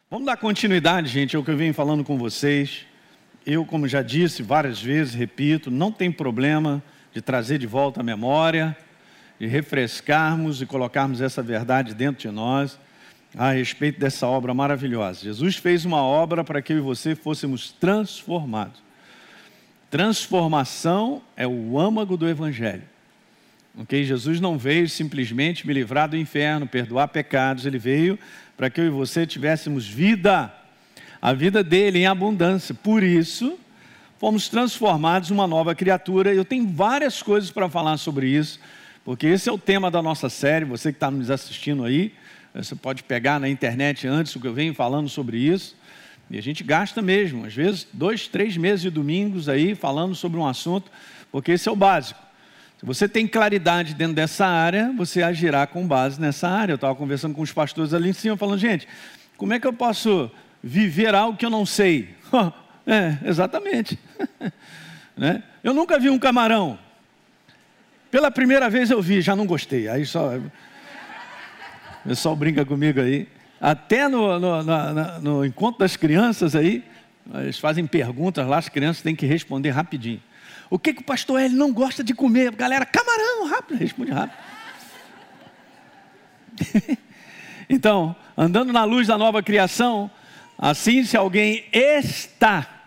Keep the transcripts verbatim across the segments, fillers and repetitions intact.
Vamos dar continuidade, gente, ao que eu venho falando com vocês. Eu, como já disse várias vezes, repito, não tem problema de trazer de volta a memória, de refrescarmos e colocarmos essa verdade dentro de nós a respeito dessa obra maravilhosa. Jesus fez uma obra para que eu e você fôssemos transformados. Transformação é o âmago do Evangelho. Okay? Jesus não veio simplesmente me livrar do inferno, perdoar pecados, Ele veio para que eu e você tivéssemos vida, a vida dele em abundância. Por isso, fomos transformados em uma nova criatura. Eu tenho várias coisas para falar sobre isso, porque esse é o tema da nossa série. Você que está nos assistindo aí, você pode pegar na internet antes o que eu venho falando sobre isso. E a gente gasta mesmo, às vezes, dois, três meses de domingos aí falando sobre um assunto, porque esse é o básico. Se você tem claridade dentro dessa área, você agirá com base nessa área. Eu estava conversando com os pastores ali em cima, falando, gente, como é que eu posso viver algo que eu não sei? É, exatamente. Né? Eu nunca vi um camarão. Pela primeira vez eu vi, já não gostei. Aí só... O pessoal brinca comigo aí. Até no, no, no, no encontro das crianças aí, eles fazem perguntas lá, as crianças têm que responder rapidinho. O que, que o pastor Hélio não gosta de comer? Galera, camarão, rápido, responde rápido. Então, andando na luz da nova criação, assim se alguém está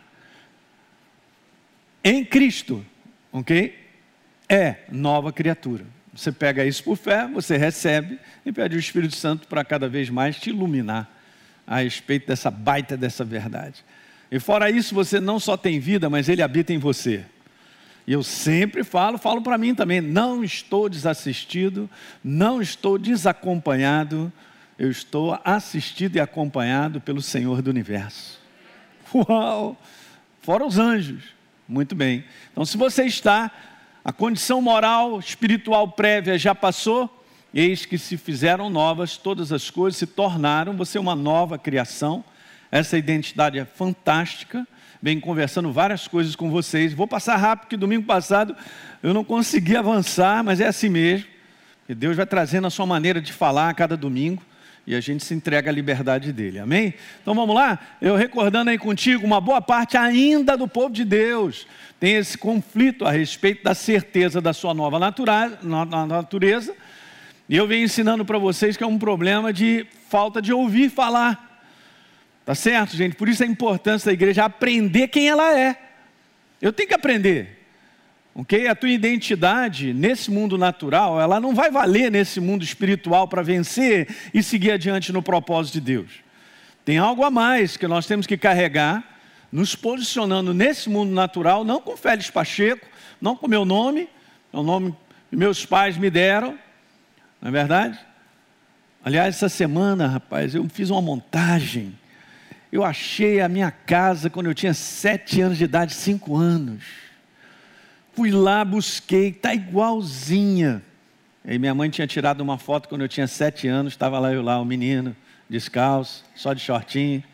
em Cristo, ok? É nova criatura. Você pega isso por fé, você recebe e pede o Espírito Santo para cada vez mais te iluminar a respeito dessa baita dessa verdade. E fora isso, você não só tem vida, mas Ele habita em você. E eu sempre falo, falo para mim também, não estou desassistido, não estou desacompanhado, eu estou assistido e acompanhado pelo Senhor do Universo. Uau! Fora os anjos. Muito bem. Então, se você está, a condição moral, espiritual prévia já passou, eis que se fizeram novas, todas as coisas se tornaram, você é uma nova criação. Essa identidade é fantástica. Venho conversando várias coisas com vocês. Vou passar rápido, porque domingo passado eu não consegui avançar, mas é assim mesmo. E Deus vai trazendo a sua maneira de falar a cada domingo e a gente se entrega à liberdade dele. Amém? Então vamos lá? Eu recordando aí contigo, uma boa parte ainda do povo de Deus tem esse conflito a respeito da certeza da sua nova natura, natureza. E eu venho ensinando para vocês que é um problema de falta de ouvir falar. Tá certo, gente? Por isso a importância da igreja aprender quem ela é. Eu tenho que aprender. Ok? A tua identidade nesse mundo natural, ela não vai valer nesse mundo espiritual para vencer e seguir adiante no propósito de Deus. Tem algo a mais que nós temos que carregar, nos posicionando nesse mundo natural, não com Félix Pacheco, não com meu nome, é o nome que meus pais me deram, não é verdade? Aliás, essa semana, rapaz, eu fiz uma montagem. Eu achei a minha casa quando eu tinha sete anos de idade, cinco anos. Fui lá, busquei, está igualzinha. Aí minha mãe tinha tirado uma foto quando eu tinha sete anos, estava lá eu lá, o menino, descalço, só de shortinho.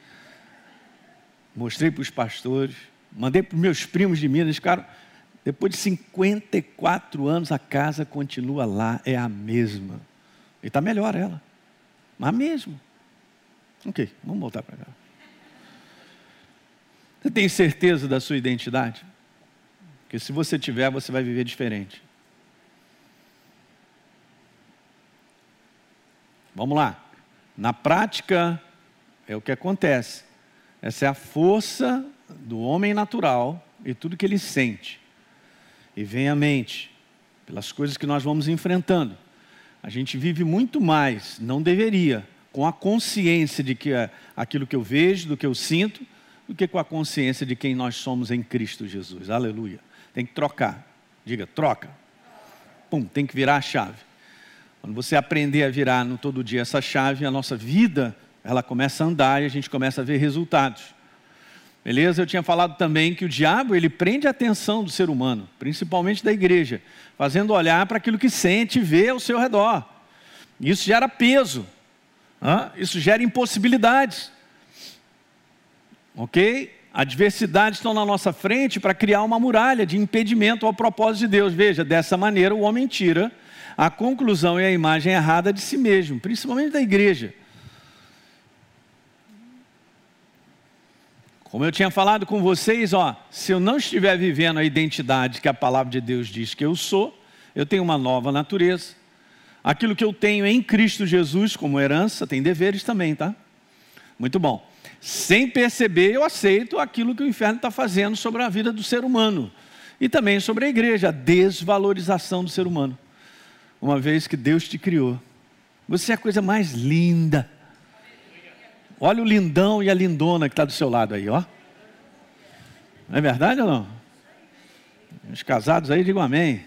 Mostrei para os pastores, mandei para os meus primos de Minas, cara, depois de cinquenta e quatro anos a casa continua lá, é a mesma. E está melhor ela, mas a mesma. Ok, vamos voltar para cá. Você tem certeza da sua identidade? Porque se você tiver, você vai viver diferente. Vamos lá. Na prática, é o que acontece. Essa é a força do homem natural e tudo que ele sente. E vem à mente, pelas coisas que nós vamos enfrentando. A gente vive muito mais, não deveria, com a consciência de que é aquilo que eu vejo, do que eu sinto, do que com a consciência de quem nós somos em Cristo Jesus. Aleluia. Tem que trocar. Diga, troca. Pum, tem que virar a chave. Quando você aprender a virar no todo dia essa chave, a nossa vida, ela começa a andar e a gente começa a ver resultados. Beleza? Eu tinha falado também que o diabo, ele prende a atenção do ser humano, principalmente da igreja, fazendo olhar para aquilo que sente e vê ao seu redor. Isso gera peso. Hein? Isso gera impossibilidades. Ok? Adversidades estão na nossa frente para criar uma muralha de impedimento ao propósito de Deus. Veja, dessa maneira o homem tira a conclusão e a imagem errada de si mesmo, principalmente da igreja. Como eu tinha falado com vocês, ó, se eu não estiver vivendo a identidade que a palavra de Deus diz que eu sou, eu tenho uma nova natureza. Aquilo que eu tenho em Cristo Jesus como herança, tem deveres também, tá? Muito bom. Sem perceber, eu aceito aquilo que o inferno está fazendo sobre a vida do ser humano. E também sobre a igreja, a desvalorização do ser humano. Uma vez que Deus te criou. Você é a coisa mais linda. Olha o lindão e a lindona que está do seu lado aí, ó. Não é verdade ou não? Os casados aí, digam amém.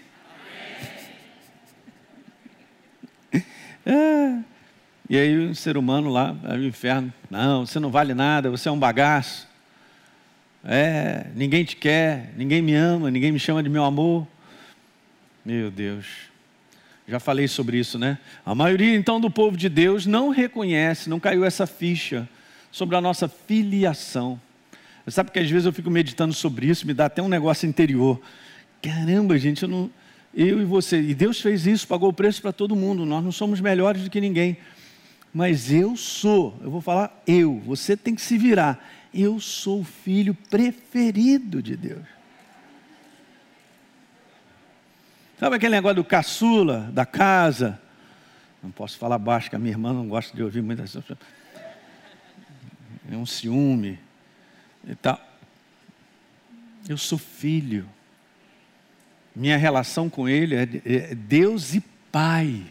É. E aí o ser humano lá, o inferno, não, você não vale nada, você é um bagaço. É, ninguém te quer, ninguém me ama, ninguém me chama de meu amor. Meu Deus. Já falei sobre isso, né? A maioria, então, do povo de Deus não reconhece, não caiu essa ficha sobre a nossa filiação. Você sabe que às vezes eu fico meditando sobre isso, me dá até um negócio interior. Caramba, gente, eu não... Eu e você, e Deus fez isso, pagou o preço para todo mundo, nós não somos melhores do que ninguém. Mas eu sou, eu vou falar eu, você tem que se virar. Eu sou o filho preferido de Deus. Sabe aquele negócio do caçula, da casa? Não posso falar baixo, que a minha irmã não gosta de ouvir muitas coisas. É um ciúme e tal. Eu sou filho. Minha relação com Ele é Deus e Pai.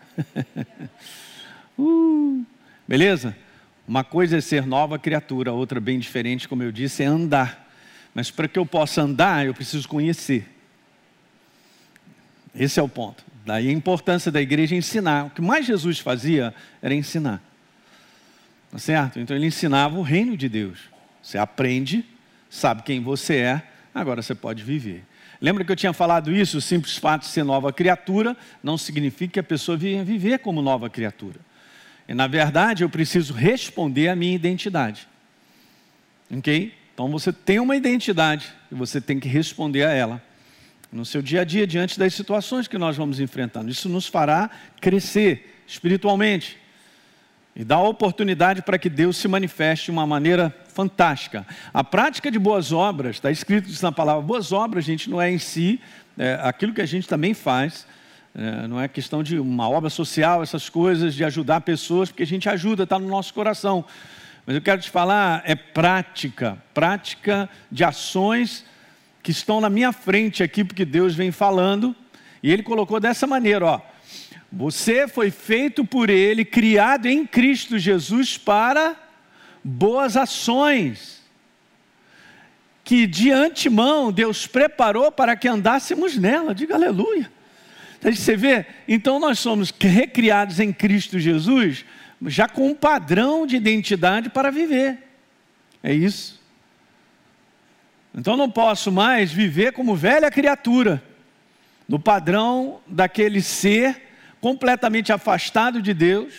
uh, beleza? Uma coisa é ser nova criatura, outra bem diferente, como eu disse, é andar. Mas para que eu possa andar, eu preciso conhecer. Esse é o ponto. Daí a importância da igreja ensinar. O que mais Jesus fazia era ensinar. Tá certo? Então ele ensinava o reino de Deus. Você aprende, sabe quem você é, agora você pode viver. Lembra que eu tinha falado isso? O simples fato de ser nova criatura não significa que a pessoa venha viver como nova criatura. E na verdade eu preciso responder à minha identidade. Ok? Então você tem uma identidade e você tem que responder a ela. No seu dia a dia, diante das situações que nós vamos enfrentando. Isso nos fará crescer espiritualmente. E dá oportunidade para que Deus se manifeste de uma maneira fantástica. A prática de boas obras, está escrito isso na palavra, boas obras, gente, não é em si, é aquilo que a gente também faz, é, não é questão de uma obra social, essas coisas, de ajudar pessoas, porque a gente ajuda, está no nosso coração. Mas eu quero te falar, é prática, prática de ações que estão na minha frente aqui, porque Deus vem falando, e Ele colocou dessa maneira, ó. Você foi feito por Ele, criado em Cristo Jesus para boas ações, que de antemão Deus preparou para que andássemos nela, diga aleluia. Você vê? Então nós somos recriados em Cristo Jesus, já com um padrão de identidade para viver, é isso. Então não posso mais viver como velha criatura, no padrão daquele ser completamente afastado de Deus,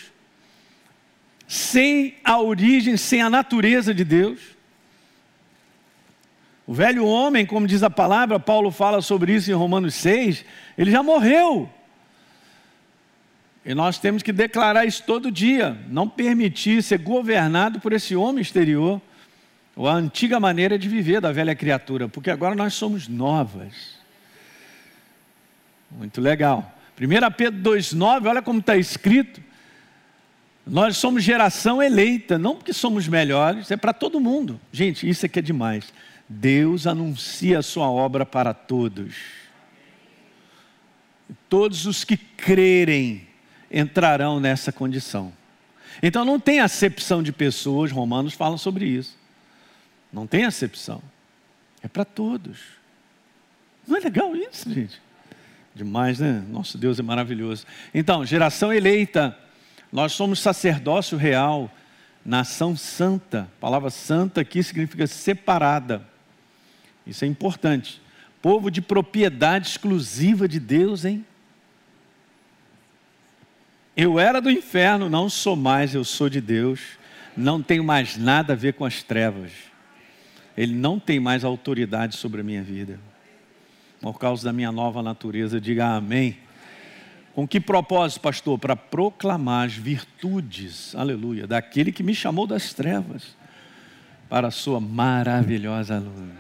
sem a origem, sem a natureza de Deus. O velho homem, como diz a palavra, Paulo fala sobre isso em Romanos seis, ele já morreu. E nós temos que declarar isso todo dia, não permitir ser governado por esse homem exterior, ou a antiga maneira de viver da velha criatura, porque agora nós somos novas. Muito legal. primeira Pedro dois, nove, olha como está escrito. Nós somos geração eleita, não porque somos melhores, é para todo mundo. Gente, isso aqui é demais. Deus anuncia a sua obra para todos. Todos os que crerem entrarão nessa condição. Então não tem acepção de pessoas, Romanos falam sobre isso. Não tem acepção. É para todos. Não é legal isso, gente? Demais, né? Nosso Deus é maravilhoso. Então, geração eleita. Nós somos sacerdócio real, nação santa. A palavra santa aqui significa separada. Isso é importante. Povo de propriedade exclusiva de Deus, hein? Eu era do inferno, não sou mais, eu sou de Deus. Não tenho mais nada a ver com as trevas. Ele não tem mais autoridade sobre a minha vida. Por causa da minha nova natureza, diga amém. Com que propósito, pastor? Para proclamar as virtudes, aleluia, daquele que me chamou das trevas, para a sua maravilhosa luz.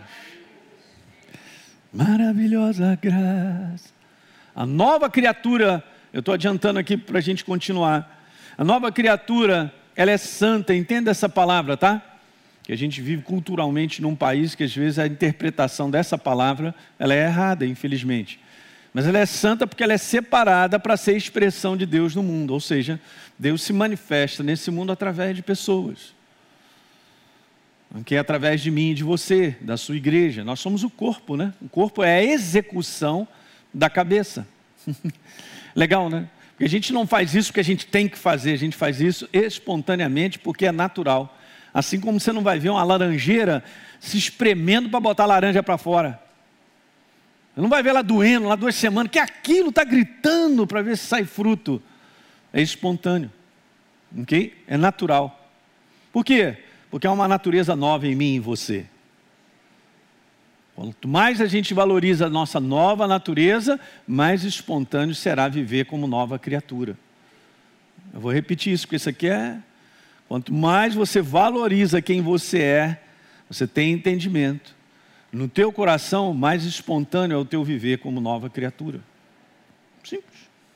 Maravilhosa graça. A nova criatura, eu estou adiantando aqui para a gente continuar. A nova criatura, ela é santa, entenda essa palavra, tá? Que a gente vive culturalmente num país que às vezes a interpretação dessa palavra, ela é errada, infelizmente. Mas ela é santa porque ela é separada para ser expressão de Deus no mundo. Ou seja, Deus se manifesta nesse mundo através de pessoas. Que é através de mim e de você, da sua igreja. Nós somos o corpo, né? O corpo é a execução da cabeça. Legal, né? Porque a gente não faz isso porque a gente tem que fazer, a gente faz isso espontaneamente porque é natural. Assim como você não vai ver uma laranjeira se espremendo para botar a laranja para fora. Você não vai ver ela doendo lá duas semanas, que aquilo está gritando para ver se sai fruto. É espontâneo, ok? É natural. Por quê? Porque há uma natureza nova em mim e em você. Quanto mais a gente valoriza a nossa nova natureza, mais espontâneo será viver como nova criatura. Eu vou repetir isso, porque isso aqui é... Quanto mais você valoriza quem você é, você tem entendimento. No teu coração, mais espontâneo é o teu viver como nova criatura. Simples.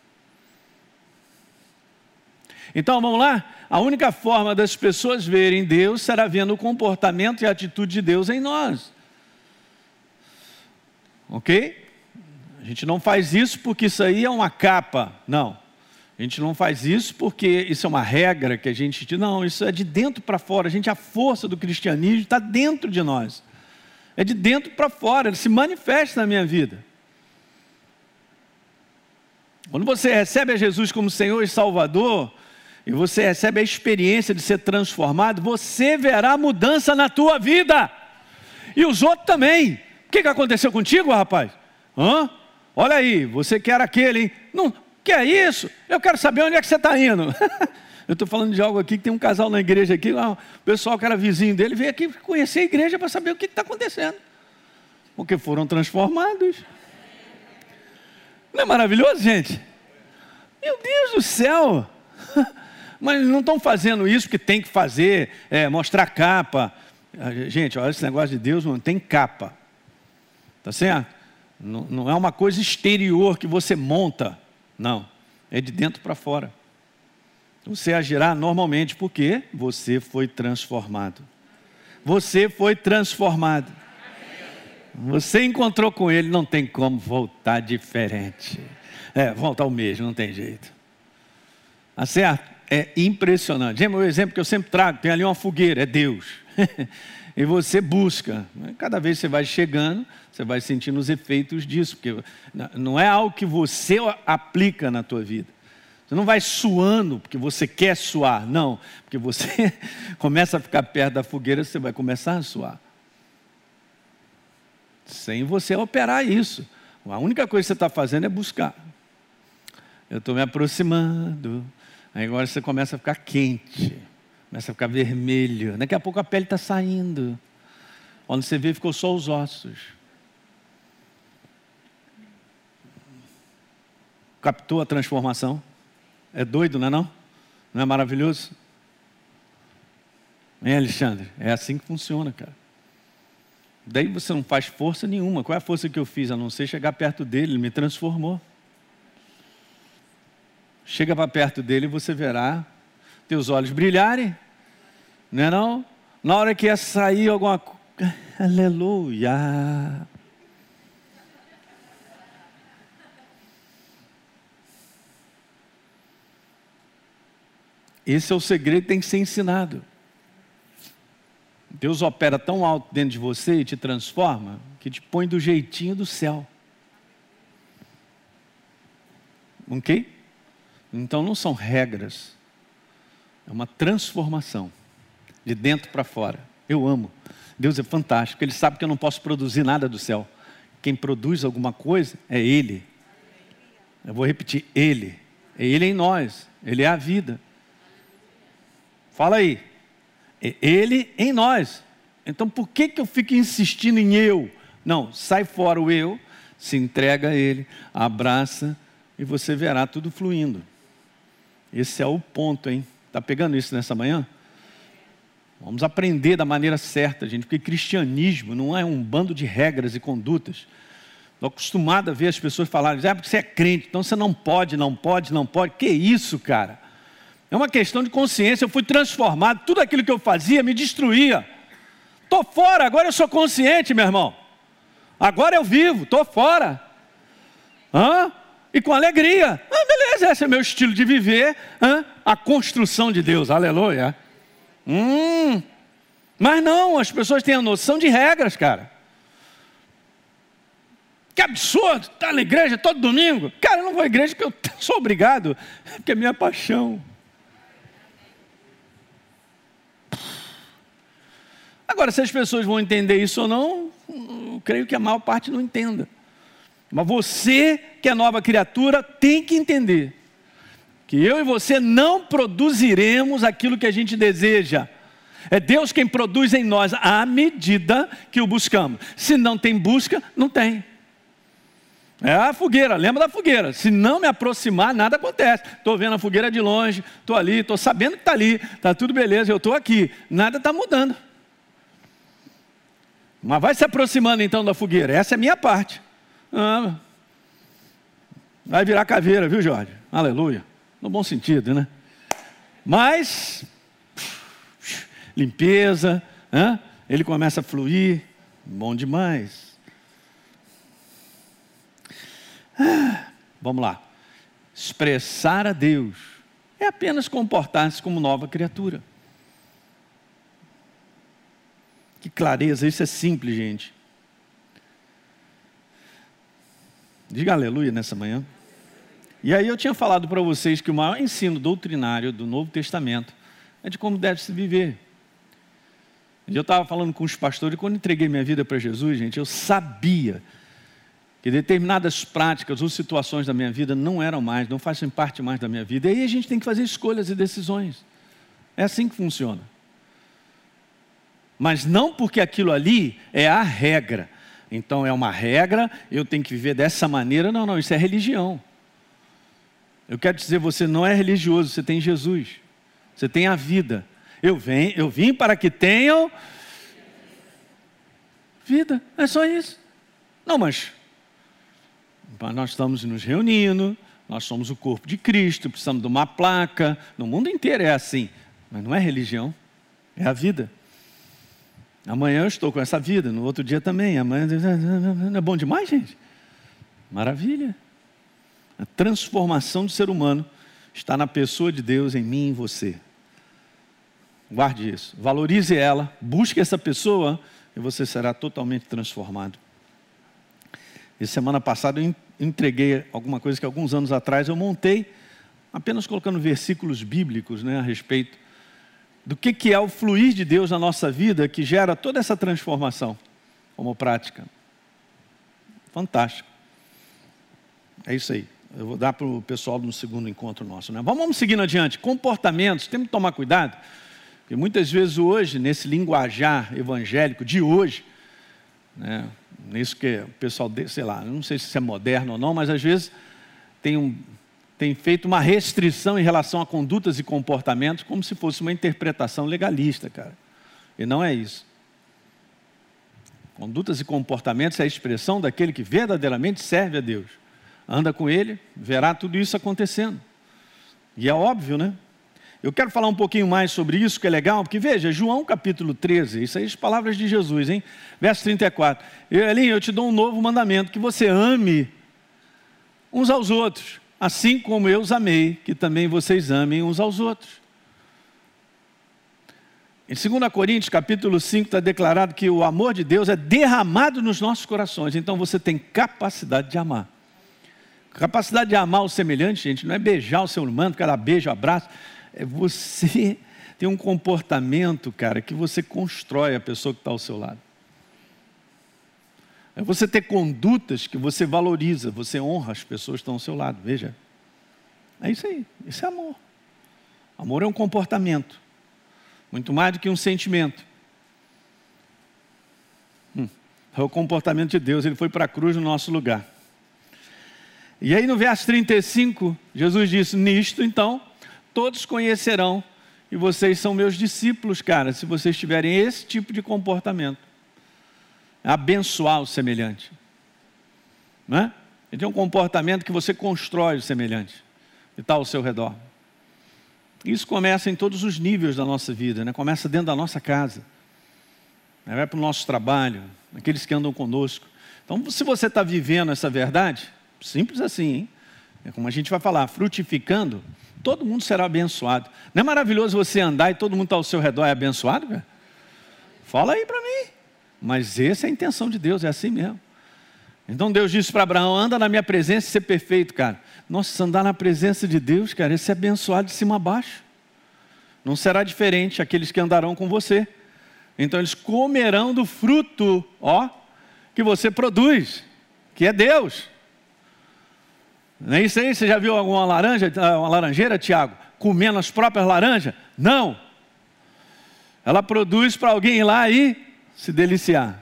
Então, vamos lá? A única forma das pessoas verem Deus será vendo o comportamento e a atitude de Deus em nós. Ok? A gente não faz isso porque isso aí é uma capa. Não. A gente não faz isso porque isso é uma regra que a gente... Não, isso é de dentro para fora. A gente, a força do cristianismo está dentro de nós. É de dentro para fora. Ele se manifesta na minha vida. Quando você recebe a Jesus como Senhor e Salvador, e você recebe a experiência de ser transformado, você verá mudança na tua vida. E os outros também. O que, que aconteceu contigo, rapaz? Hã? Olha aí, você quer aquele, hein? Não, que é isso? Eu quero saber onde é que você está indo. Eu estou falando de algo aqui, que tem um casal na igreja aqui, lá, o pessoal que era vizinho dele veio aqui conhecer a igreja para saber o que está acontecendo. Porque foram transformados. Não é maravilhoso, gente? Meu Deus do céu! Mas não estão fazendo isso porque tem que fazer, é, mostrar capa. Gente, olha esse negócio de Deus, não tem capa. Tá certo? Não, não é uma coisa exterior que você monta. Não, é de dentro para fora. Você agirá normalmente porque você foi transformado. Você foi transformado. Você encontrou com Ele, não tem como voltar diferente. É, voltar ao mesmo, não tem jeito. Tá certo? É impressionante. O exemplo que eu sempre trago, tem ali uma fogueira, é Deus. E você busca. Cada vez que você vai chegando, você vai sentindo os efeitos disso. Porque não é algo que você aplica na tua vida. Você não vai suando porque você quer suar. Não, porque você começa a ficar perto da fogueira, você vai começar a suar. Sem você operar isso. A única coisa que você está fazendo é buscar. Eu estou me aproximando. Aí agora você começa a ficar quente. Começa a ficar vermelho. Daqui a pouco a pele está saindo. Quando você vê, ficou só os ossos. Captou a transformação? É doido, não é não? Não é maravilhoso? Hein, Alexandre? É assim que funciona, cara. Daí você não faz força nenhuma. Qual é a força que eu fiz? A não ser chegar perto dele, ele me transformou. Chega para perto dele e você verá teus olhos brilharem. Não é não? Na hora que ia sair alguma coisa, aleluia. Esse é o segredo que tem que ser ensinado. Deus opera tão alto dentro de você e te transforma, que te põe do jeitinho do céu. Ok? Então não são regras. É uma transformação. De dentro para fora. Eu amo. Deus é fantástico. Ele sabe que eu não posso produzir nada do céu. Quem produz alguma coisa é Ele. Eu vou repetir. Ele. É Ele em nós. Ele é a vida. Fala aí. É Ele em nós. Então por que, que eu fico insistindo em eu? Não, sai fora o eu, se entrega a Ele, abraça e você verá tudo fluindo. Esse é o ponto, hein? Está pegando isso nessa manhã? Vamos aprender da maneira certa, gente, porque cristianismo não é um bando de regras e condutas. Estou acostumado a ver as pessoas falarem, ah, porque você é crente, então você não pode, não pode, não pode. Que isso, cara? É uma questão de consciência. Eu fui transformado, tudo aquilo que eu fazia me destruía. Estou fora, agora eu sou consciente, meu irmão. Agora eu vivo, estou fora. Hã? E com alegria. Ah, beleza, esse é meu estilo de viver. Hã? A construção de Deus, aleluia. Hum, mas não, as pessoas têm a noção de regras, cara. Que absurdo, estar na igreja todo domingo. Cara, eu não vou à igreja porque eu sou obrigado, porque é minha paixão. Agora, se as pessoas vão entender isso ou não, eu creio que a maior parte não entenda. Mas você, que é nova criatura, tem que entender que eu e você não produziremos aquilo que a gente deseja. É Deus quem produz em nós à medida que o buscamos. Se não tem busca, não tem. É a fogueira, lembra da fogueira. Se não me aproximar, nada acontece. Estou vendo a fogueira de longe, estou ali, estou sabendo que está ali, está tudo beleza, eu estou aqui. Nada está mudando. Mas vai se aproximando então da fogueira, essa é a minha parte. Ah, vai virar caveira, viu, Jorge? Aleluia. No bom sentido, né? Mas, limpeza, hein? Ele começa a fluir, bom demais. Ah, vamos lá. Expressar a Deus é apenas comportar-se como nova criatura. Que clareza, isso é simples, gente. Diga aleluia nessa manhã. E aí eu tinha falado para vocês que o maior ensino doutrinário do Novo Testamento é de como deve se viver. Eu estava falando com os pastores e quando entreguei minha vida para Jesus, gente, eu sabia que determinadas práticas ou situações da minha vida não eram mais, não fazem parte mais da minha vida. E aí a gente tem que fazer escolhas e decisões. É assim que funciona. Mas não porque aquilo ali é a regra. Então é uma regra, eu tenho que viver dessa maneira. Não, não, isso é religião. Eu quero dizer, você não é religioso, você tem Jesus. Você tem a vida. Eu, venho, eu vim para que tenham vida, é só isso. Não, mas nós estamos nos reunindo, nós somos o corpo de Cristo, precisamos de uma placa. No mundo inteiro é assim, mas não é religião, é a vida. Amanhã eu estou com essa vida, no outro dia também. Amanhã não é bom demais, gente? Maravilha. A transformação do ser humano está na pessoa de Deus em mim e em você. Guarde isso, valorize ela, busque essa pessoa e você será totalmente transformado. E semana passada eu entreguei alguma coisa que alguns anos atrás eu montei, apenas colocando versículos bíblicos, né, a respeito do que, que é o fluir de Deus na nossa vida que gera toda essa transformação como prática. Fantástico. É isso aí. Eu vou dar para o pessoal no segundo encontro nosso, né? Vamos, vamos seguindo adiante. Comportamentos, temos que tomar cuidado, porque muitas vezes hoje, nesse linguajar evangélico de hoje, né, nisso que o pessoal, sei lá, não sei se isso é moderno ou não, mas às vezes tem, um, tem feito uma restrição em relação a condutas e comportamentos como se fosse uma interpretação legalista, cara. E não é isso. Condutas e comportamentos é a expressão daquele que verdadeiramente serve a Deus. Anda com Ele, verá tudo isso acontecendo. E é óbvio, né? Eu quero falar um pouquinho mais sobre isso, que é legal, porque veja, João capítulo treze, isso aí as palavras de Jesus, hein? Verso trinta e quatro. Elinho, eu te dou um novo mandamento, que você ame uns aos outros, assim como eu os amei, que também vocês amem uns aos outros. Em dois Coríntios capítulo cinco está declarado que o amor de Deus é derramado nos nossos corações, então você tem capacidade de amar. Capacidade de amar o semelhante, gente, não é beijar o seu irmão, ficar lá beijo, abraço. É você ter um comportamento, cara, que você constrói a pessoa que está ao seu lado. É você ter condutas que você valoriza, você honra as pessoas que estão ao seu lado, veja. É isso aí, isso é amor. Amor é um comportamento, muito mais do que um sentimento. Hum, é o comportamento de Deus, Ele foi para a cruz no nosso lugar. E aí no verso trinta e cinco, Jesus disse, nisto então, todos conhecerão E vocês são meus discípulos, cara, se vocês tiverem esse tipo de comportamento. Abençoar o semelhante. Não é? Ele tem um comportamento que você constrói o semelhante. E está ao seu redor. Isso começa em todos os níveis da nossa vida, né? Começa dentro da nossa casa. Vai para o nosso trabalho, aqueles que andam conosco. Então, se você está vivendo essa verdade, simples assim, hein? É como a gente vai falar, frutificando, todo mundo será abençoado. Não é maravilhoso você andar e todo mundo está ao seu redor é abençoado, cara? Fala aí para mim. Mas essa é a intenção de Deus, é assim mesmo. Então Deus disse para Abraão, anda na minha presença e ser perfeito, cara. Nossa, andar na presença de Deus, cara, esse é abençoado de cima a baixo. Não será diferente aqueles que andarão com você. Então eles comerão do fruto, ó, que você produz, que é Deus. Não é isso aí? Você já viu alguma laranja, uma laranjeira, Tiago, comendo as próprias laranjas? Não. Ela produz para alguém ir lá e se deliciar.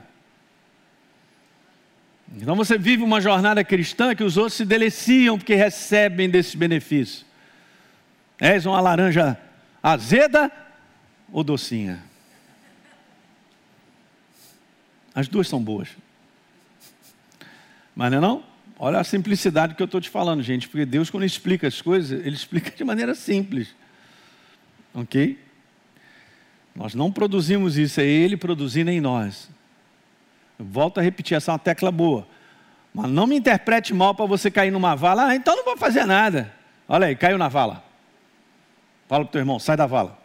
Então você vive uma jornada cristã que os outros se deliciam porque recebem desses benefícios. És uma laranja azeda ou docinha? As duas são boas. Mas não é não? Olha a simplicidade que eu estou te falando, gente. Porque Deus, quando explica as coisas, Ele explica de maneira simples. Ok? Nós não produzimos isso, é Ele produzindo em nós. Eu volto a repetir, essa é uma tecla boa. Mas não me interprete mal para você cair numa vala. Ah, então não vou fazer nada. Olha aí, caiu na vala. Fala para o teu irmão, sai da vala.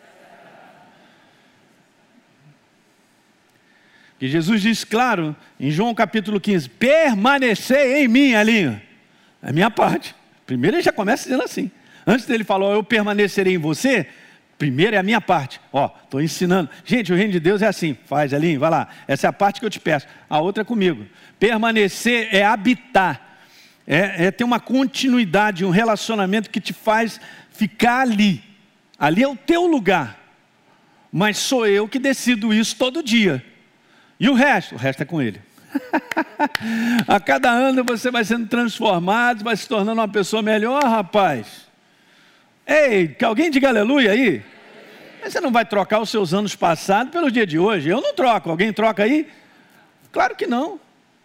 Que Jesus diz, claro, em João capítulo quinze, permanecer em mim, ali, é a minha parte. Primeiro ele já começa dizendo assim. Antes dele falar, eu permanecerei em você, primeiro é a minha parte. Ó, estou ensinando. Gente, o reino de Deus é assim, faz ali, vai lá. Essa é a parte que eu te peço. A outra é comigo. Permanecer é habitar. É, é ter uma continuidade, um relacionamento que te faz ficar ali. Ali é o teu lugar. Mas sou eu que decido isso todo dia. E o resto? O resto é com Ele. A cada ano você vai sendo transformado, vai se tornando uma pessoa melhor, rapaz. Ei, que alguém diga aleluia aí. Mas você não vai trocar os seus anos passados pelo dia de hoje. Eu não troco. Alguém troca aí? Claro que não.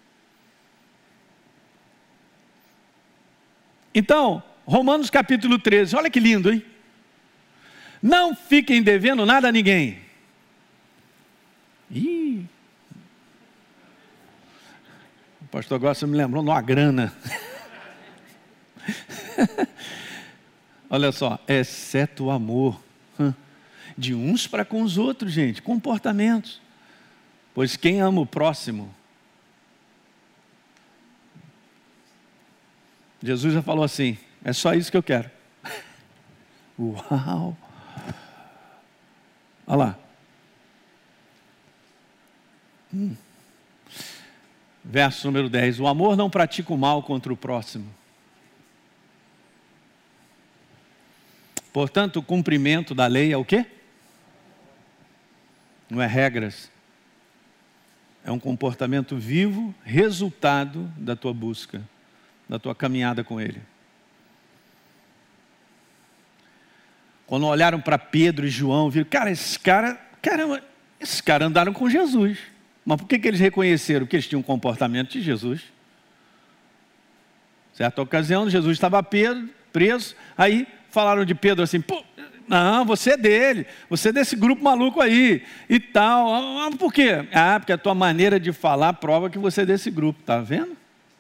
Então, Romanos capítulo treze, olha que lindo, hein? Não fiquem devendo nada a ninguém. Ih. O pastor agora você me lembrou de uma grana. Olha só, exceto o amor de uns para com os outros, gente, comportamentos. Pois quem ama o próximo, Jesus já falou assim, é só isso que eu quero. Uau! Olha lá. Hum. Verso número dez, o amor não pratica o mal contra o próximo. Portanto, o cumprimento da lei é o quê? Não é regras. É um comportamento vivo, resultado da tua busca, da tua caminhada com Ele. Quando olharam para Pedro e João, viram, cara, esses caras, caramba, esses caras andaram com Jesus. Mas por que, que eles reconheceram que eles tinham um comportamento de Jesus? Certa ocasião, Jesus estava preso, aí falaram de Pedro assim, pô, não, você é dele, você é desse grupo maluco aí, e tal. Por quê? Ah, porque a tua maneira de falar prova que você é desse grupo, tá vendo?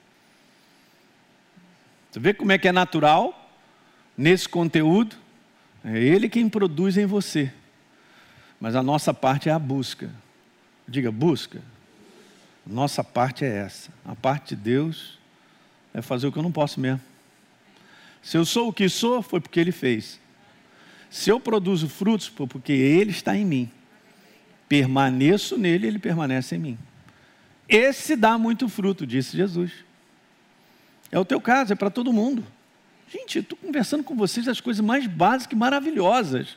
Você vê como é que é natural, nesse conteúdo, é Ele quem produz em você. Mas a nossa parte é a busca. Diga, busca. Nossa parte é essa. A parte de Deus é fazer o que eu não posso mesmo. Se eu sou o que sou, foi porque Ele fez. Se eu produzo frutos, foi porque Ele está em mim. Permaneço nele, Ele permanece em mim. Esse dá muito fruto, disse Jesus. É o teu caso, é para todo mundo. Gente, eu estou conversando com vocês das coisas mais básicas e maravilhosas.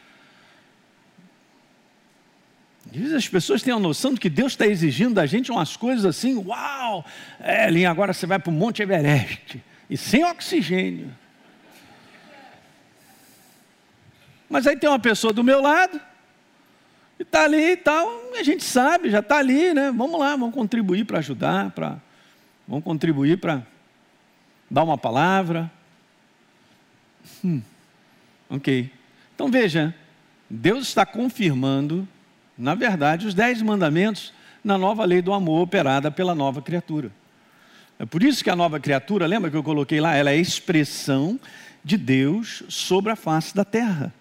Às vezes as pessoas têm a noção de que Deus está exigindo da gente umas coisas assim, uau, Ellen, agora você vai para o Monte Everest, e sem oxigênio. Mas aí tem uma pessoa do meu lado, e está ali e tal, e a gente sabe, já está ali, né? Vamos lá, vamos contribuir para ajudar, pra, vamos contribuir para dar uma palavra. Hum, ok. Então veja, Deus está confirmando, na verdade, os dez mandamentos na nova lei do amor operada pela nova criatura. É por isso que a nova criatura, lembra que eu coloquei lá? Ela é a expressão de Deus sobre a face da terra.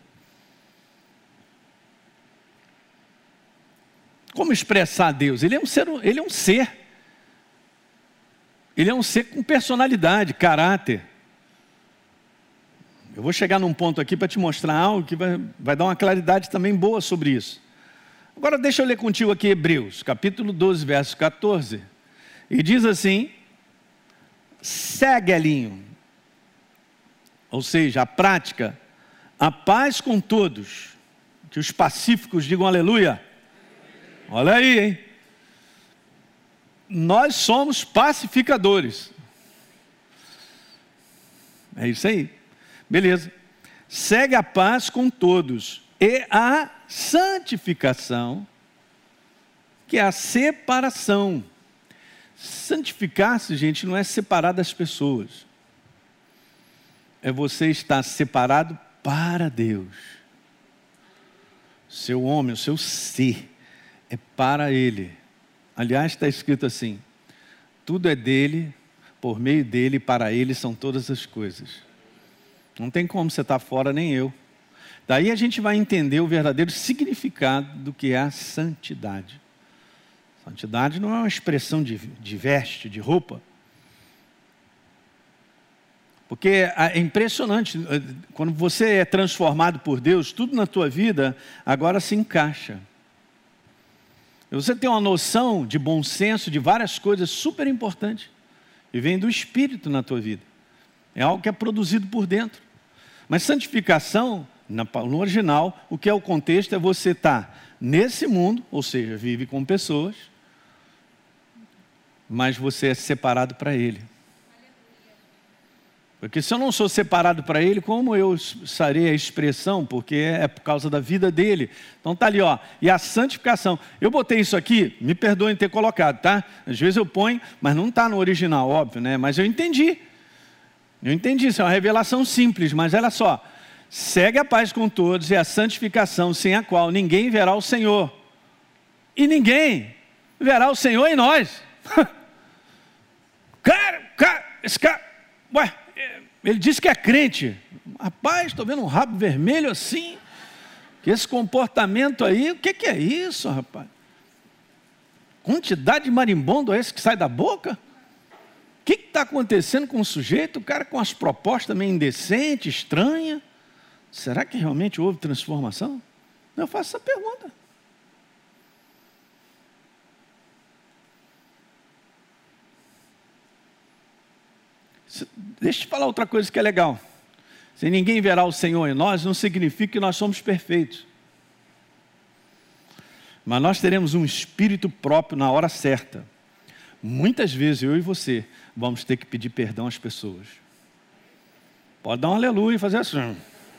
Como expressar Deus? Ele é um ser, ele é um ser. Ele é um ser com personalidade, caráter. Eu vou chegar num ponto aqui para te mostrar algo que vai, vai dar uma claridade também boa sobre isso. Agora deixa eu ler contigo aqui Hebreus, capítulo doze, verso quatorze. E diz assim, segue, Elinho. Ou seja, a prática, a paz com todos. Que os pacíficos digam aleluia. Olha aí, hein? Nós somos pacificadores. É isso aí. Beleza. Segue a paz com todos e a santificação, que é a separação. Santificar-se, gente, não é separar das pessoas. É você estar separado para Deus. Seu homem, o seu ser, é para Ele. Aliás, está escrito assim, tudo é dele, por meio dele e para Ele são todas as coisas. Não tem como você estar fora, nem eu. Daí a gente vai entender o verdadeiro significado do que é a santidade. Santidade não é uma expressão de, de veste, de roupa. Porque é impressionante, quando você é transformado por Deus, tudo na tua vida agora se encaixa. Você tem uma noção de bom senso de várias coisas super importantes. E vem do Espírito na tua vida. É algo que é produzido por dentro. Mas santificação, no original, o que é o contexto é você estar nesse mundo, ou seja, vive com pessoas, mas você é separado para Ele. Porque se eu não sou separado para Ele, como eu usarei a expressão? Porque é por causa da vida dele. Então está ali, ó. E a santificação. Eu botei isso aqui, me perdoem ter colocado, tá? Às vezes eu ponho, mas não está no original, óbvio, né? Mas eu entendi. Eu entendi, isso é uma revelação simples, mas olha só. Segue a paz com todos e a santificação, sem a qual ninguém verá o Senhor. E ninguém verá o Senhor em nós. Cara, cara, esse cara, ué, ele disse que é crente. Rapaz, estou vendo um rabo vermelho assim. Que esse comportamento aí, o que, que é isso, rapaz? Quantidade de marimbondo é esse que sai da boca? O que está acontecendo com o sujeito? O cara com as propostas meio indecentes, estranhas. Será que realmente houve transformação? Eu faço essa pergunta. Deixa eu te falar outra coisa que é legal. Se ninguém verá o Senhor em nós, não significa que nós somos perfeitos. Mas nós teremos um espírito próprio na hora certa. Muitas vezes eu e você vamos ter que pedir perdão às pessoas. Pode dar um aleluia e fazer assim.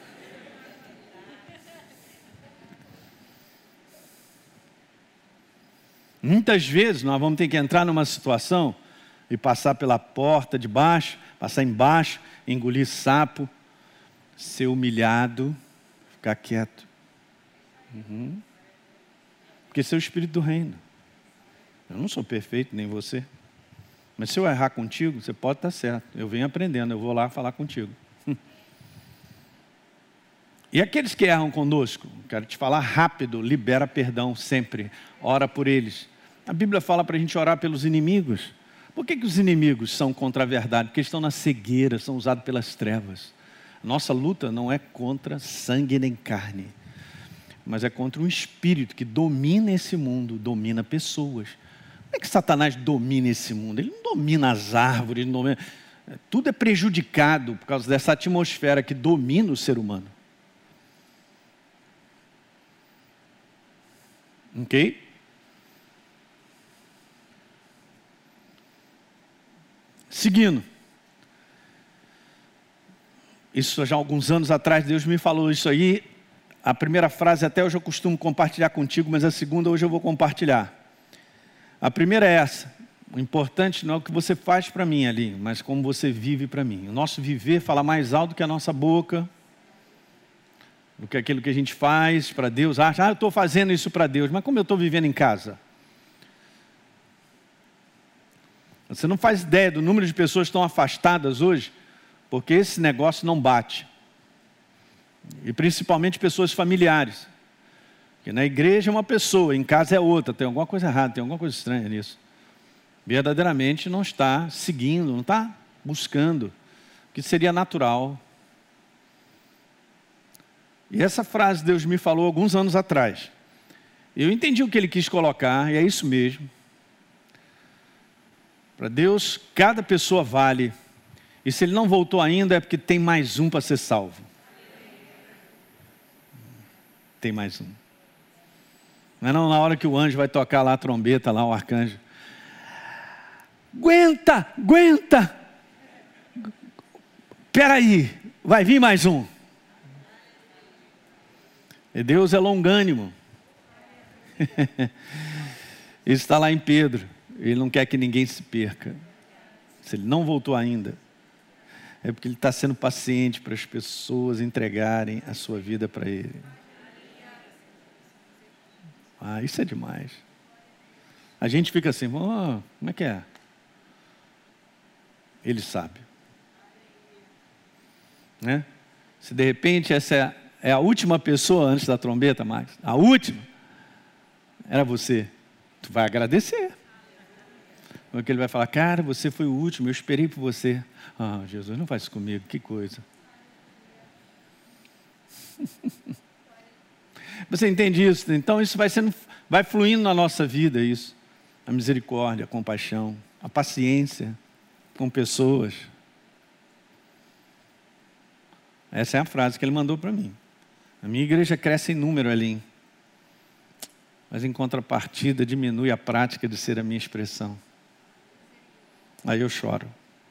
Muitas vezes nós vamos ter que entrar numa situação e passar pela porta de baixo, passar embaixo, engolir sapo, ser humilhado, ficar quieto. Uhum. Porque esse é o espírito do reino. Eu não sou perfeito, nem você. Mas se eu errar contigo, você pode estar certo. Eu venho aprendendo, eu vou lá falar contigo. E aqueles que erram conosco, quero te falar rápido, libera perdão sempre. Ora por eles. A Bíblia fala para a gente orar pelos inimigos. Por que que os inimigos são contra a verdade? Porque estão na cegueira, são usados pelas trevas. Nossa luta não é contra sangue nem carne, mas é contra um espírito que domina esse mundo, domina pessoas. Como é que Satanás domina esse mundo? Ele não domina as árvores, não domina... tudo é prejudicado por causa dessa atmosfera que domina o ser humano. Ok? Seguindo. Isso já há alguns anos atrás, Deus me falou isso aí. a primeira frase até hoje eu costumo compartilhar contigo, mas a segunda hoje eu vou compartilhar. A primeira é essa: o importante não é o que você faz para mim ali, mas como você vive para mim. O nosso viver fala mais alto que a nossa boca, do que aquilo que a gente faz para Deus. Acha, ah, eu estou fazendo isso para Deus, mas como eu estou vivendo em casa? Você não faz ideia do número de pessoas que estão afastadas hoje, porque esse negócio não bate. E principalmente pessoas familiares. Porque na igreja é uma pessoa, em casa é outra. Tem alguma coisa errada, tem alguma coisa estranha nisso. Verdadeiramente não está seguindo, não está buscando o que seria natural. E essa frase Deus me falou alguns anos atrás. Eu entendi o que Ele quis colocar, e é isso mesmo. Para Deus, cada pessoa vale. E se Ele não voltou ainda, é porque tem mais um para ser salvo. Tem mais um. Não é não na hora que o anjo vai tocar lá a trombeta, lá o arcanjo. Aguenta, aguenta. Espera aí, vai vir mais um. E Deus é longânimo. Isso está lá em Pedro. Ele não quer que ninguém se perca. Se Ele não voltou ainda, é porque Ele está sendo paciente para as pessoas entregarem a sua vida para Ele. Ah, isso é demais. A gente fica assim, oh, como é que é? Ele sabe. Né? Se de repente essa é a, é a última pessoa antes da trombeta, Max, a última, era você, tu vai agradecer. Porque Ele vai falar, cara, você foi o último, eu esperei por você. Ah, Jesus, não faz isso comigo, que coisa. Você entende isso? Então isso vai sendo, vai fluindo na nossa vida, isso. A misericórdia, a compaixão, a paciência com pessoas. Essa é a frase que Ele mandou para mim. A minha igreja cresce em número ali, mas em contrapartida diminui a prática de ser a minha expressão. Aí eu choro.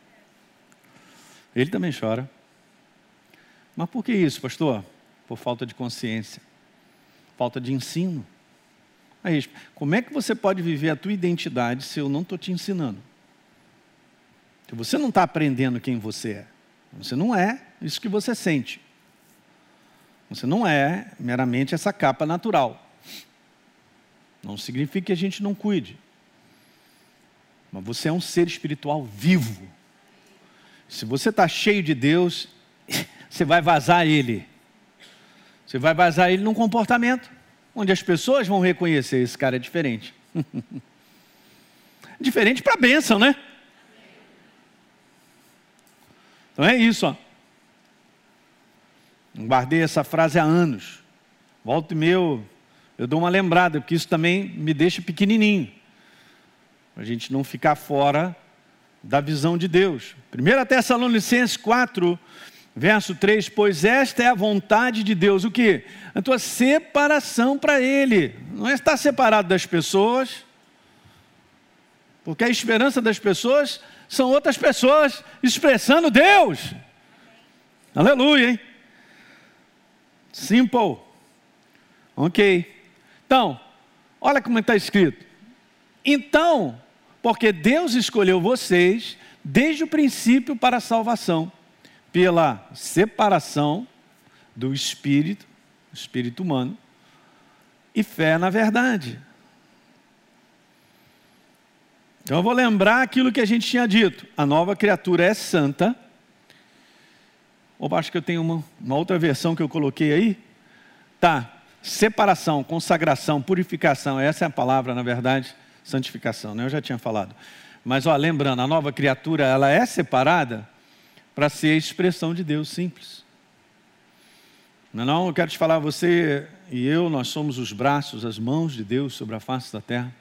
Ele também chora. Mas por que isso, pastor? Por falta de consciência. Falta de ensino. Aí, como é que você pode viver a tua identidade se eu não estou te ensinando? Se você não está aprendendo quem você é. Você não é isso que você sente. Você não é meramente essa capa natural. Não significa que a gente não cuide. Mas você é um ser espiritual vivo. Se você está cheio de Deus, você vai vazar Ele. Você vai vazar Ele num comportamento onde as pessoas vão reconhecer, esse cara é diferente. Diferente para a bênção, né? Então é isso, ó. Guardei essa frase há anos. Volta e meia, eu dou uma lembrada, porque isso também me deixa pequenininho. Para a gente não ficar fora da visão de Deus. primeira Tessalonicenses quatro, verso três, pois esta é a vontade de Deus. O quê? A tua separação para Ele. Não é estar separado das pessoas, porque a esperança das pessoas são outras pessoas expressando Deus. Aleluia, hein? Simple. Ok. Então, olha como está escrito. Então, porque Deus escolheu vocês desde o princípio para a salvação, pela separação do Espírito, Espírito humano, e fé na verdade. Então eu vou lembrar aquilo que a gente tinha dito. A nova criatura é santa. Opa, acho que eu tenho uma, uma outra versão que eu coloquei aí. Tá, separação, consagração, purificação. Essa é a palavra, na verdade, santificação, né? Eu já tinha falado. Mas, ó, lembrando, a nova criatura, ela é separada para ser a expressão de Deus, simples. Não, não, eu quero te falar, você e eu, nós somos os braços, as mãos de Deus sobre a face da terra.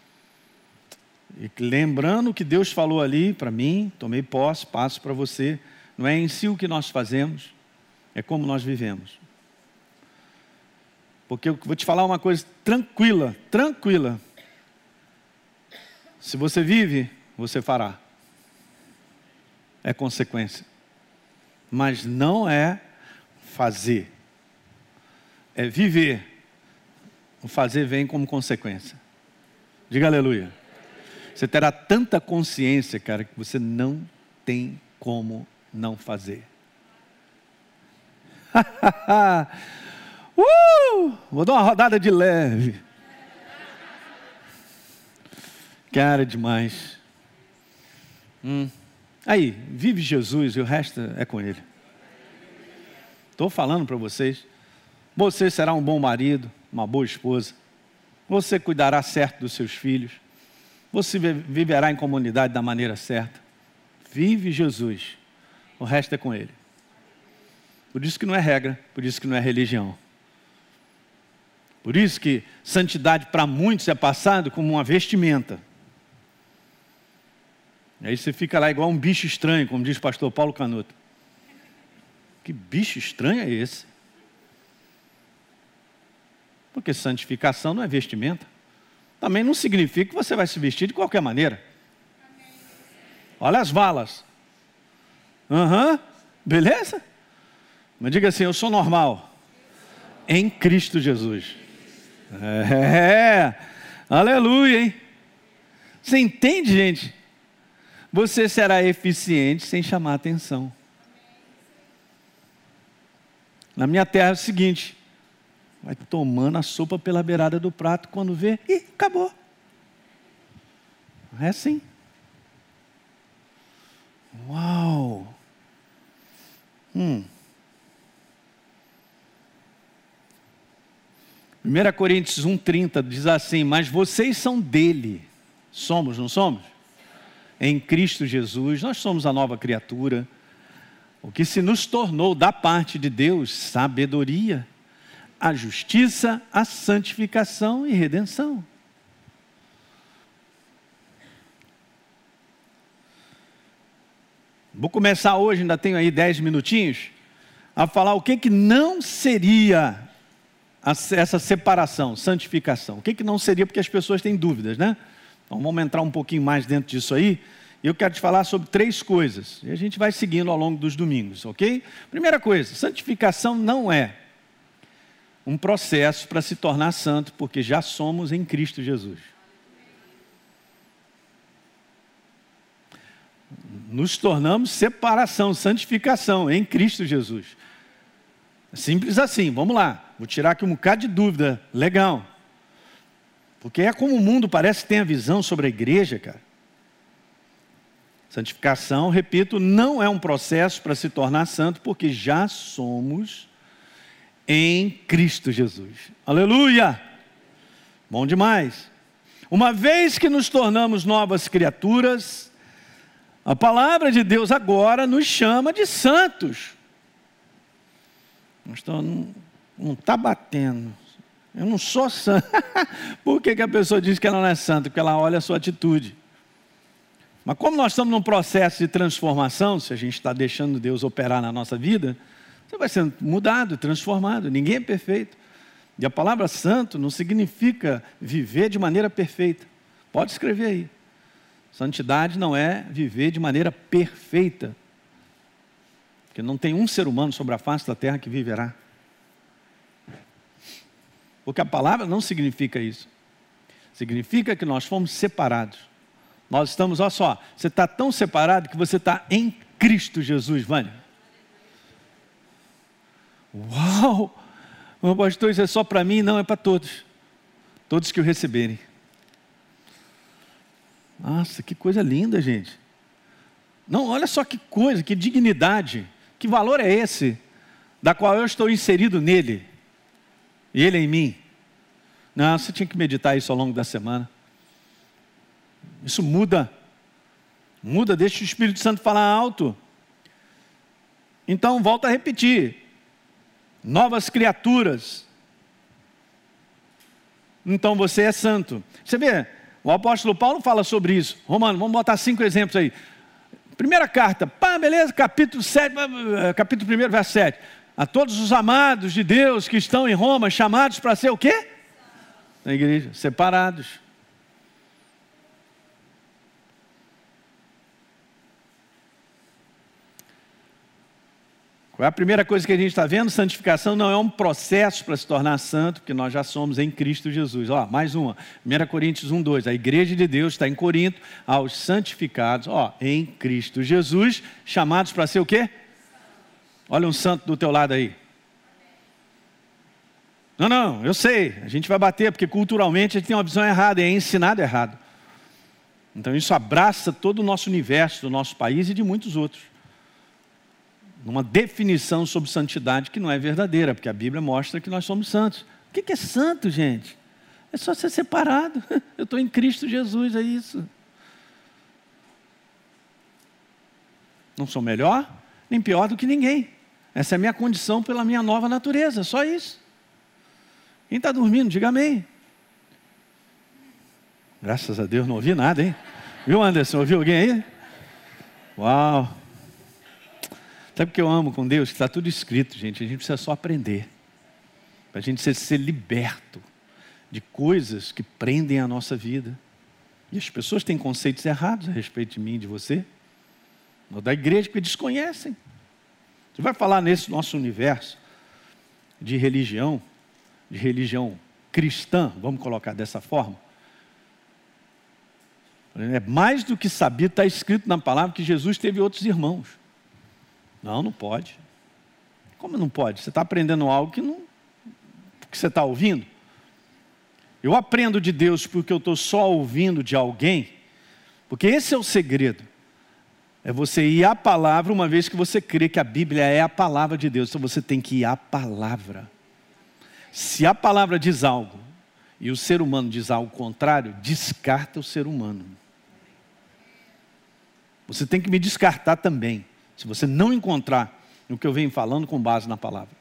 E lembrando o que Deus falou ali para mim, tomei posse, passo para você. Não é em si o que nós fazemos, é como nós vivemos. Porque eu vou te falar uma coisa tranquila, tranquila. Se você vive, você fará. É consequência. Mas não é fazer. é viver. O fazer vem como consequência. Diga aleluia. Você terá tanta consciência, cara, que você não tem como não fazer. uh! Vou dar uma rodada de leve. Cara, demais. Hum. Aí, vive Jesus e o resto é com Ele. Estou falando para vocês. Você será um bom marido, uma boa esposa. Você cuidará certo dos seus filhos. Você viverá em comunidade da maneira certa. Vive Jesus. O resto é com Ele. Por isso que não é regra, por isso que não é religião. Por isso que santidade para muitos é passado como uma vestimenta. Aí você fica lá igual um bicho estranho, como diz o pastor Paulo Canuto. Que bicho estranho é esse? Porque santificação não é vestimenta. Também não significa que você vai se vestir de qualquer maneira. Olha as valas. Aham, uhum, beleza? Mas diga assim, eu sou normal. Em Cristo Jesus. É, aleluia, hein? Você entende, gente? Você será eficiente sem chamar atenção. Na minha terra é o seguinte, vai tomando a sopa pela beirada do prato, quando vê, ih, acabou. É assim. Uau! Hum. primeira Coríntios um, trinta diz assim, mas vocês são dele. Somos, não somos? Em Cristo Jesus, nós somos a nova criatura. O que se nos tornou da parte de Deus sabedoria, a justiça, a santificação e redenção. Vou começar hoje, ainda tenho aí dez minutinhos, a falar o que, que não seria essa separação, santificação. O que, que não seria, porque as pessoas têm dúvidas, né? Então vamos entrar um pouquinho mais dentro disso aí. E eu quero te falar sobre três coisas. E a gente vai seguindo ao longo dos domingos, ok? Primeira coisa, santificação não é um processo para se tornar santo, porque já somos em Cristo Jesus. Nos tornamos separação, santificação em Cristo Jesus. Simples assim, vamos lá. Vou tirar aqui um bocado de dúvida. Legal. Porque é como o mundo parece que tem a visão sobre a igreja, cara. Santificação, repito, não é um processo para se tornar santo, porque já somos em Cristo Jesus. Aleluia! Bom demais. Uma vez que nos tornamos novas criaturas, a palavra de Deus agora nos chama de santos. Não está batendo. Eu não sou santo. Por que, que a pessoa diz que ela não é santa? Porque ela olha a sua atitude. Mas como nós estamos num processo de transformação, se a gente está deixando Deus operar na nossa vida, você vai sendo mudado, transformado. Ninguém é perfeito. E a palavra santo não significa viver de maneira perfeita. Pode escrever aí. Santidade não é viver de maneira perfeita. Porque não tem um ser humano sobre a face da terra que viverá. Porque a palavra não significa isso. Significa que nós fomos separados. Nós estamos, olha só, você está tão separado que você está em Cristo Jesus, Vânia. Uau! Meu pastor, isso é só para mim? Não, é para todos. Todos que o receberem. Nossa, que coisa linda, gente. Não, olha só que coisa, que dignidade. Que valor é esse, da qual eu estou inserido nele, e ele em mim? Não, você tinha que meditar isso ao longo da semana. Isso muda, muda, deixa o Espírito Santo falar alto. Então, volto a repetir, novas criaturas. Então você é santo. Você vê, o apóstolo Paulo fala sobre isso. Romano, vamos botar cinco exemplos aí. Primeira carta, pá, beleza, capítulo sete, capítulo primeiro, verso sete. A todos os amados de Deus que estão em Roma, chamados para ser o quê? Na igreja, separados. Qual é a primeira coisa que a gente está vendo? Santificação não é um processo para se tornar santo, porque nós já somos em Cristo Jesus. Ó, mais uma, primeira Coríntios um, dois, a igreja de Deus está em Corinto, aos santificados, ó, em Cristo Jesus, chamados para ser o quê? Olha um santo do teu lado aí. Não, não, eu sei, a gente vai bater, porque culturalmente a gente tem uma visão errada, e é ensinado errado. Então isso abraça todo o nosso universo, do nosso país e de muitos outros. Numa definição sobre santidade que não é verdadeira, porque a Bíblia mostra que nós somos santos. O que é santo, gente? É só ser separado. Eu estou em Cristo Jesus, é isso. Não sou melhor, nem pior do que ninguém. Essa é a minha condição pela minha nova natureza, só isso. Quem está dormindo, diga amém. Graças a Deus, não ouvi nada, hein? Viu, Anderson? Ouviu alguém aí? Uau! Sabe o que eu amo com Deus? Que está tudo escrito, gente. A gente precisa só aprender. Para a gente ser, ser liberto de coisas que prendem a nossa vida. E as pessoas têm conceitos errados a respeito de mim e de você. Ou da igreja, que desconhecem. Você vai falar nesse nosso universo de religião, de religião cristã, vamos colocar dessa forma. É mais do que sabido, está escrito na palavra que Jesus teve outros irmãos. Não, não pode. Como não pode? Você está aprendendo algo que não, que você está ouvindo. Eu aprendo de Deus porque eu estou só ouvindo de alguém, porque esse é o segredo. É você ir à palavra uma vez que você crê que a Bíblia é a palavra de Deus. Então você tem que ir à palavra. Se a palavra diz algo e o ser humano diz algo contrário, descarta o ser humano. Você tem que me descartar também, se você não encontrar o que eu venho falando com base na palavra.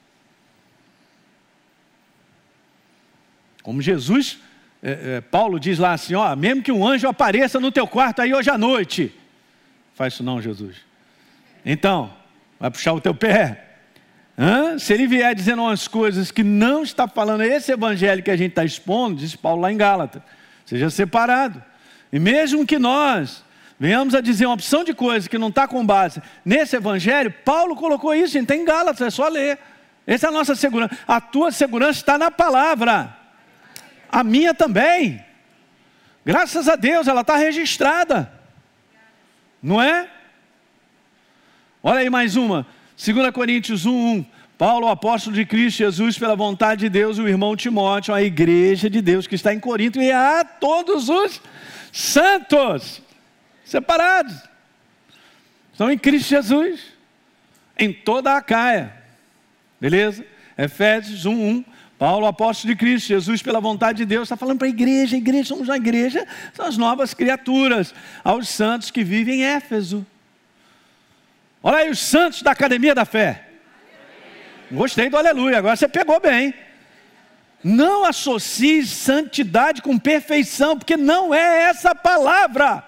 Como Jesus, é, é, Paulo diz lá assim, ó, mesmo que um anjo apareça no teu quarto aí hoje à noite. Faz isso não, Jesus. Então, vai puxar o teu pé. Hã? Se ele vier dizendo umas coisas que não está falando esse evangelho que a gente está expondo, diz Paulo lá em Gálatas, seja separado. E mesmo que nós venhamos a dizer uma opção de coisas que não está com base nesse evangelho, Paulo colocou isso, gente, tem em Gálatas, é só ler. Essa é a nossa segurança. A tua segurança está na palavra. A minha também. Graças a Deus, ela está registrada. Não é? Olha aí mais uma. segunda Coríntios um, um. Paulo, apóstolo de Cristo Jesus, pela vontade de Deus, o irmão Timóteo, a igreja de Deus que está em Corinto, e a todos os santos, separados, estão em Cristo Jesus, em toda a Acaia. Beleza? Efésios um, um. Paulo, apóstolo de Cristo Jesus, pela vontade de Deus, está falando para a igreja, a igreja, somos a igreja, são as novas criaturas, aos santos que vivem em Éfeso. Olha aí os santos da Academia da Fé. Gostei do aleluia, agora você pegou bem. Não associe santidade com perfeição, porque não é essa palavra.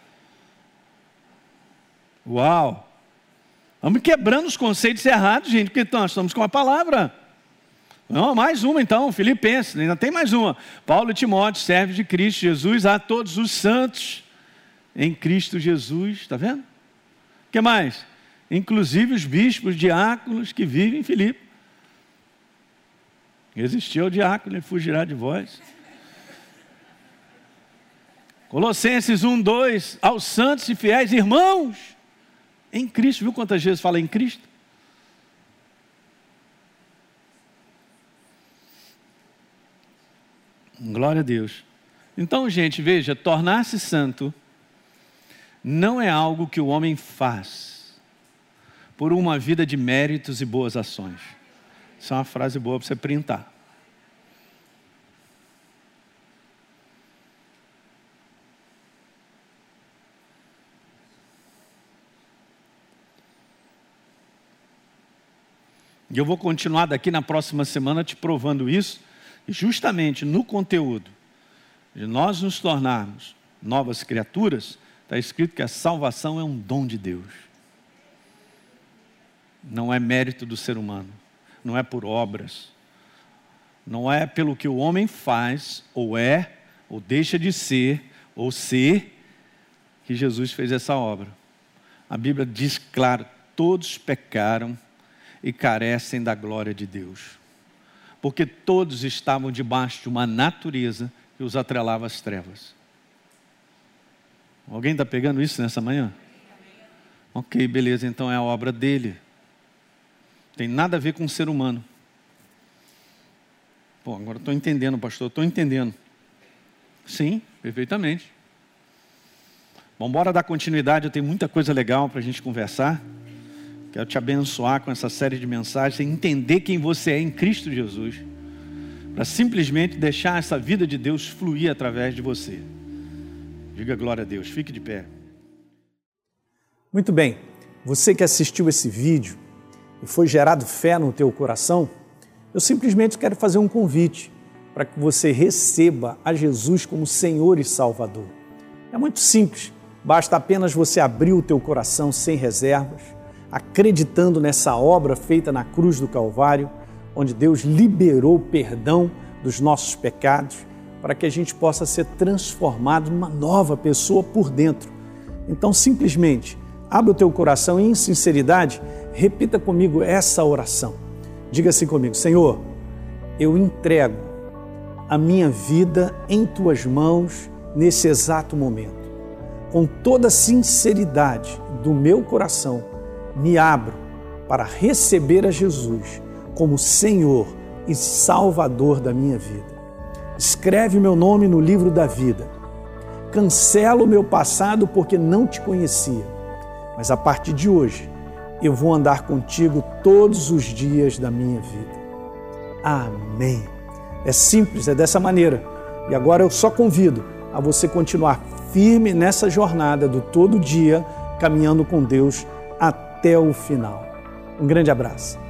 Uau! Vamos quebrando os conceitos errados, gente, porque nós estamos com a palavra. Não, mais uma então, Filipenses, ainda tem mais uma. Paulo e Timóteo, servos de Cristo Jesus, a todos os santos em Cristo Jesus, está vendo? O que mais? Inclusive os bispos, diáconos que vivem em Filipe. Resistiu ao diácono e fugirá de vós. Colossenses um, dois, aos santos e fiéis irmãos em Cristo. Viu quantas vezes fala em Cristo? Glória a Deus. Então, gente, veja, tornar-se santo não é algo que o homem faz por uma vida de méritos e boas ações. Isso é uma frase boa para você printar. E eu vou continuar daqui na próxima semana te provando isso, justamente no conteúdo de nós nos tornarmos novas criaturas. Está escrito que a salvação é um dom de Deus. Não é mérito do ser humano. Não é por obras. Não é pelo que o homem faz, ou é, ou deixa de ser, ou ser, que Jesus fez essa obra. A Bíblia diz claro, todos pecaram e carecem da glória de Deus. Porque todos estavam debaixo de uma natureza que os atrelava às trevas. Alguém está pegando isso nessa manhã? Ok, beleza, então é a obra dele. Tem nada a ver com o ser humano. Pô, agora estou entendendo, pastor, estou entendendo. Sim, perfeitamente. Vamos embora dar continuidade, eu tenho muita coisa legal para a gente conversar. Quero te abençoar com essa série de mensagens, entender quem você é em Cristo Jesus, para simplesmente deixar essa vida de Deus fluir através de você. Diga glória a Deus, fique de pé. Muito bem, você que assistiu esse vídeo e foi gerado fé no teu coração, eu simplesmente quero fazer um convite para que você receba a Jesus como Senhor e Salvador. É muito simples, basta apenas você abrir o teu coração sem reservas, acreditando nessa obra feita na cruz do Calvário, onde Deus liberou o perdão dos nossos pecados, para que a gente possa ser transformado numa nova pessoa por dentro. Então, simplesmente, abre o teu coração e, em sinceridade, repita comigo essa oração. Diga assim comigo: Senhor, eu entrego a minha vida em Tuas mãos nesse exato momento. Com toda a sinceridade do meu coração, me abro para receber a Jesus como Senhor e Salvador da minha vida. Escreve meu nome no livro da vida. Cancela o meu passado porque não te conhecia. Mas a partir de hoje, eu vou andar contigo todos os dias da minha vida. Amém. É simples, é dessa maneira. E agora eu só convido a você continuar firme nessa jornada do todo dia, caminhando com Deus até o final. Um grande abraço.